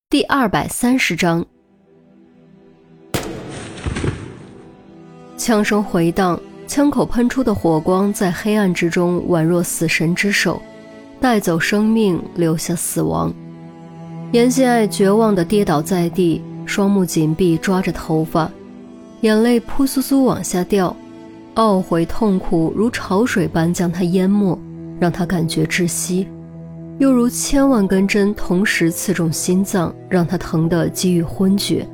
第230章。枪声回荡，枪口喷出的火光在黑暗之中宛若死神之手，带走生命，留下死亡。严心爱绝望地跌倒在地，双目紧闭，抓着头发，眼泪扑簌簌往下掉，懊悔痛苦如潮水般将她淹没，让她感觉窒息，又如千万根针同时刺中心脏，让她疼得几欲昏厥。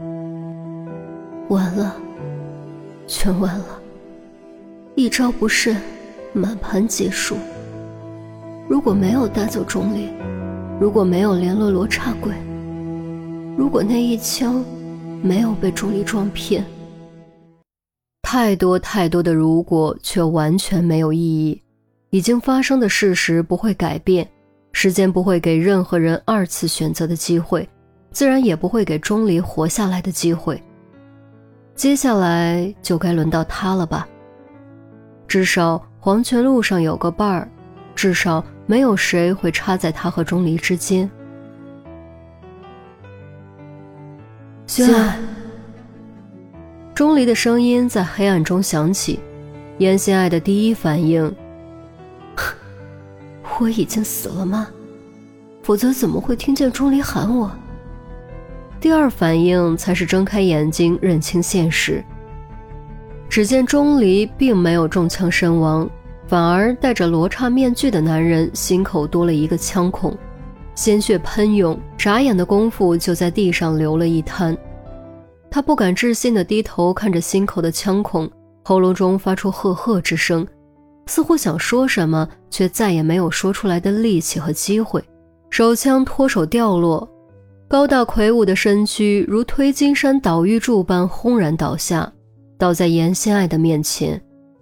完了，全完了，一招不慎，满盘皆输。如果没有带走钟离，如果没有联络罗刹鬼，如果那一枪没有被钟离撞骗，太多太多的如果却完全没有意义。已经发生的事实不会改变，时间不会给任何人二次选择的机会，自然也不会给钟离活下来的机会。接下来就该轮到他了吧。至少黄泉路上有个伴儿，至少没有谁会插在他和钟离之间。心爱，钟离的声音在黑暗中响起。严心爱的第一反应，我已经死了吗？否则怎么会听见钟离喊我？第二反应才是睁开眼睛认清现实。只见钟离并没有中枪身亡，反而戴着罗刹面具的男人心口多了一个枪孔，鲜血喷涌，眨眼的功夫就在地上流了一滩。他不敢置信地低头看着心口的枪孔，喉咙中发出呵呵之声，似乎想说什么，却再也没有说出来的力气和机会。手枪脱手掉落，高大魁梧的身躯如推金山倒玉柱般轰然倒下，倒在严心爱的面前。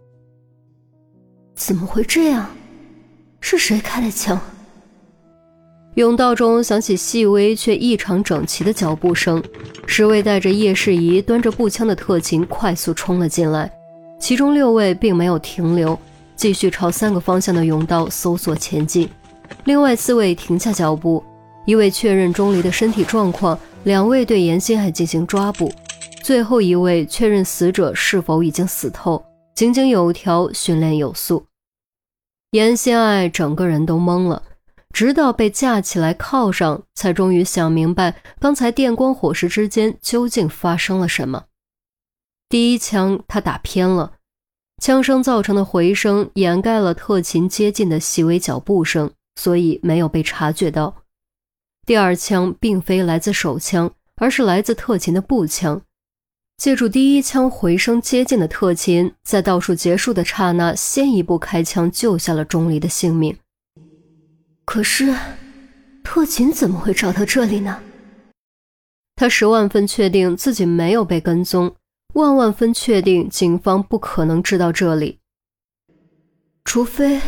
怎么会这样？是谁开的枪？甬道中响起细微却异常整齐的脚步声，10位带着叶世仪端着步枪的特勤快速冲了进来，其中6位并没有停留，继续朝3个方向的甬道搜索前进。另外4位停下脚步，1位确认钟离的身体状况，2位对严心爱进行抓捕，最后1位确认死者是否已经死透，井井有条，训练有素。严心爱整个人都懵了，直到被架起来铐上，才终于想明白刚才电光火石之间究竟发生了什么。第一枪他打偏了，枪声造成的回声掩盖了特勤接近的细微脚步声，所以没有被察觉到。第二枪并非来自手枪，而是来自特勤的步枪。借助第一枪回声接近的特勤，在倒数结束的刹那先一步开枪救下了钟离的性命。可是特勤怎么会找到这里呢？他10万分确定自己没有被跟踪，万万分确定警方不可能知道这里，除非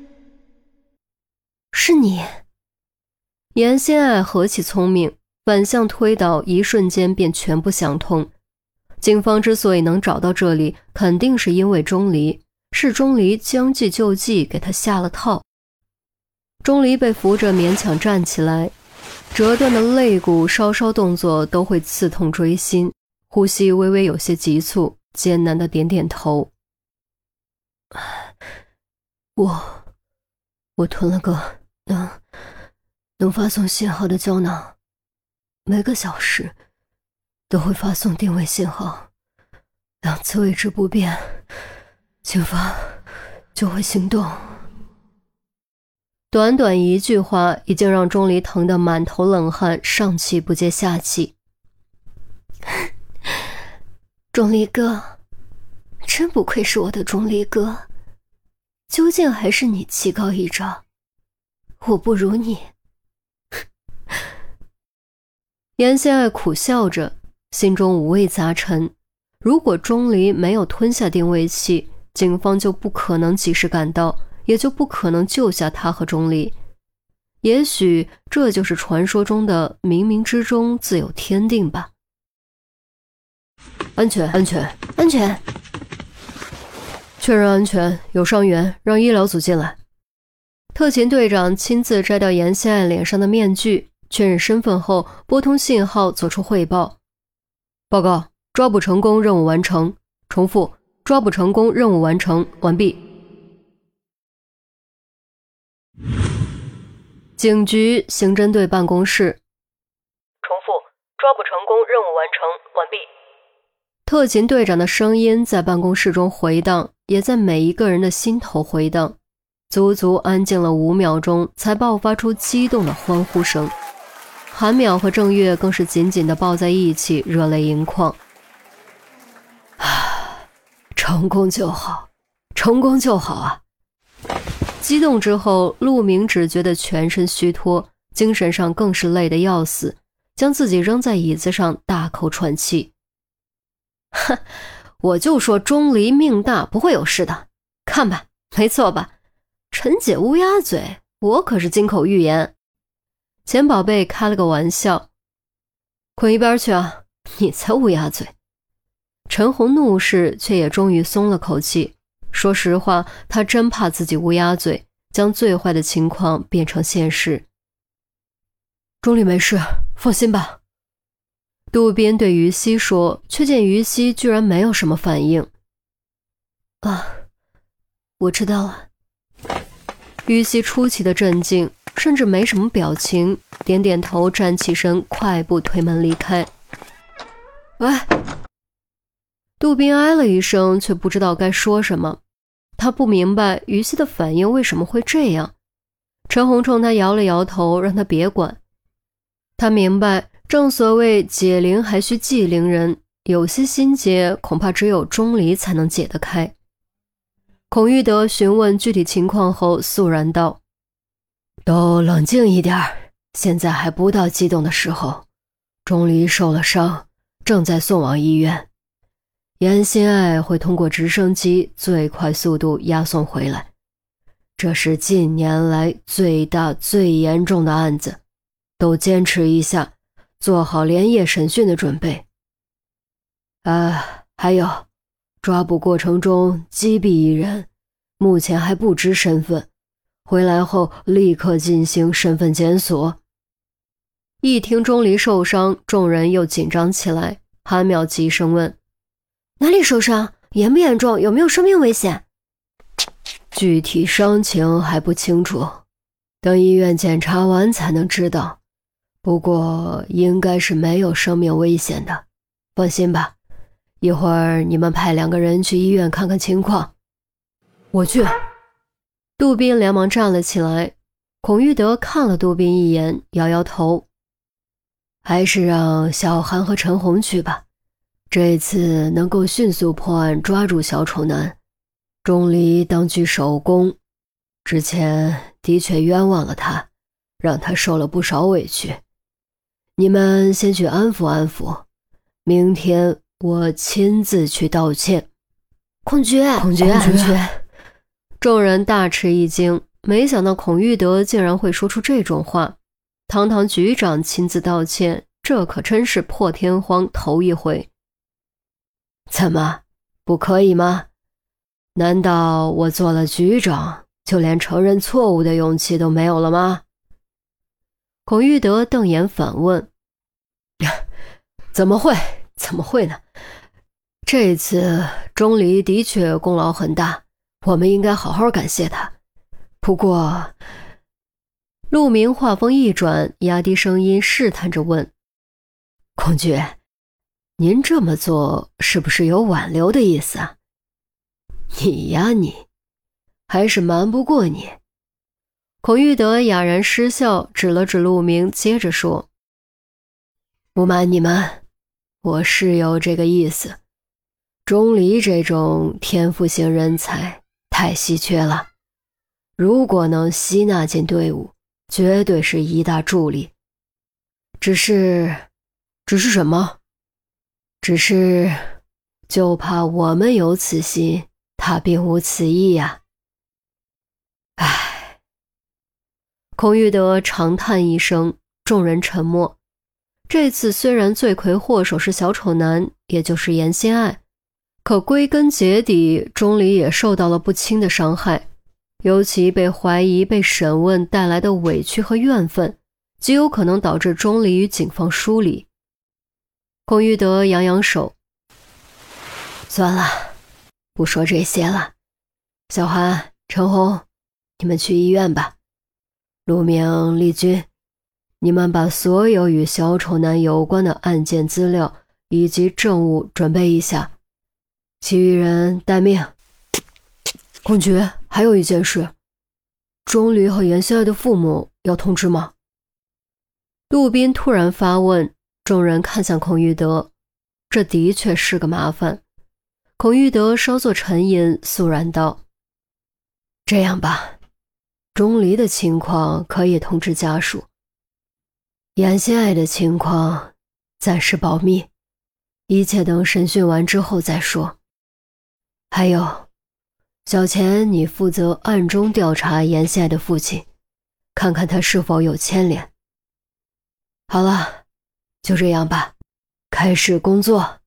是你。严心爱何其聪明，反向推导一瞬间便全部想通。警方之所以能找到这里，肯定是因为钟离，是钟离将计就计给他下了套。钟离被扶着勉强站起来，折断的肋骨稍稍动作都会刺痛锥心，呼吸微微有些急促，艰难地点点头。我吞了个能发送信号的胶囊，每个小时都会发送定位信号，2次位置不变，警方就会行动。短短一句话已经让钟离疼得满头冷汗，上气不接下气。钟离哥，真不愧是我的钟离哥，究竟还是你棋高一招，我不如你。严心爱苦笑着，心中五味杂陈。如果钟离没有吞下定位器，警方就不可能及时赶到，也就不可能救下他和钟离。也许这就是传说中的冥冥之中自有天定吧。安全，安全，安全！确认安全，有伤员，让医疗组进来。特勤队长亲自摘掉严心爱脸上的面具， 确认身份后，拨通信号做出汇报。报告，抓捕成功，任务完成。重复，抓捕成功，任务完成，完毕。警局刑侦队办公室。重复，抓捕成功，任务完成，完毕。特勤队长的声音在办公室中回荡，也在每一个人的心头回荡。足足安静了5秒钟，才爆发出激动的欢呼声。韩淼和郑月更是紧紧地抱在一起，热泪盈眶。成功就好，成功就好啊！激动之后，陆明只觉得全身虚脱，精神上更是累得要死，将自己扔在椅子上，大口喘气。哼，我就说钟离命大，不会有事的。看吧，没错吧？陈姐乌鸦嘴，我可是金口玉言。钱宝贝开了个玩笑。滚一边去啊，你才乌鸦嘴。陈红怒视，却也终于松了口气。说实话，他真怕自己乌鸦嘴，将最坏的情况变成现实。钟离没事，放心吧。渡边对于西说，却见于西居然没有什么反应。我知道了。于西出奇的镇静，甚至没什么表情，点点头，站起身，快步推门离开。喂！杜宾哎了一声，却不知道该说什么。他不明白于西的反应为什么会这样。陈红冲他摇了摇头，让他别管。他明白，正所谓解铃还需系铃人，有些心结恐怕只有钟离才能解得开。孔玉德询问具体情况后肃然道：都冷静一点，现在还不到激动的时候。钟离受了伤，正在送往医院。严心爱会通过直升机最快速度押送回来。这是近年来最大最严重的案子，都坚持一下，做好连夜审讯的准备。还有，抓捕过程中击毙一人，目前还不知身份，回来后立刻进行身份检索。一听钟离受伤，众人又紧张起来。韩淼急声问：哪里受伤？严不严重？有没有生命危险？具体伤情还不清楚，等医院检查完才能知道。不过应该是没有生命危险的，放心吧。一会儿你们派2个人去医院看看情况。我去。杜宾连忙站了起来。孔玉德看了杜宾一眼，摇摇头。还是让小韩和陈红去吧，这次能够迅速破案，抓住小丑男。钟离当具首功，之前的确冤枉了他，让他受了不少委屈。你们先去安抚安抚，明天我亲自去道歉。孔局，众人大吃一惊，没想到孔玉德竟然会说出这种话。堂堂局长亲自道歉，这可真是破天荒头一回。怎么，不可以吗？难道我做了局长，就连承认错误的勇气都没有了吗？孔玉德瞪眼反问。怎么会呢？这次钟离的确功劳很大，我们应该好好感谢他。不过陆明话锋一转，压低声音试探着问：孔局，您这么做是不是有挽留的意思啊？你呀你，还是瞒不过你。孔玉德哑然失笑，指了指陆明，接着说：不瞒你们，我是有这个意思。钟离这种天赋型人才太稀缺了，如果能吸纳进队伍，绝对是一大助力。只是什么？只是就怕我们有此心，他并无此意呀。唉。孔玉德长叹一声，众人沉默。这次虽然罪魁祸首是小丑男，也就是严心爱，可归根结底，钟离也受到了不轻的伤害。尤其被怀疑、被审问带来的委屈和怨愤， 极有可能导致钟离与警方疏离。孔玉德扬扬手，算了，不说这些了。小韩、陈红，你们去医院吧。陆明、丽君，你们把所有与小丑男有关的案件资料以及证物准备一下，其余人待命。公爵，还有一件事，钟离和严希爱的父母要通知吗？陆斌突然发问，众人看向孔玉德，这的确是个麻烦。孔玉德稍作沉吟，肃然道：这样吧，钟离的情况可以通知家属，严希爱的情况暂时保密，一切等审讯完之后再说。还有，小钱，你负责暗中调查严希爱的父亲，看看他是否有牵连。好了，就这样吧，开始工作。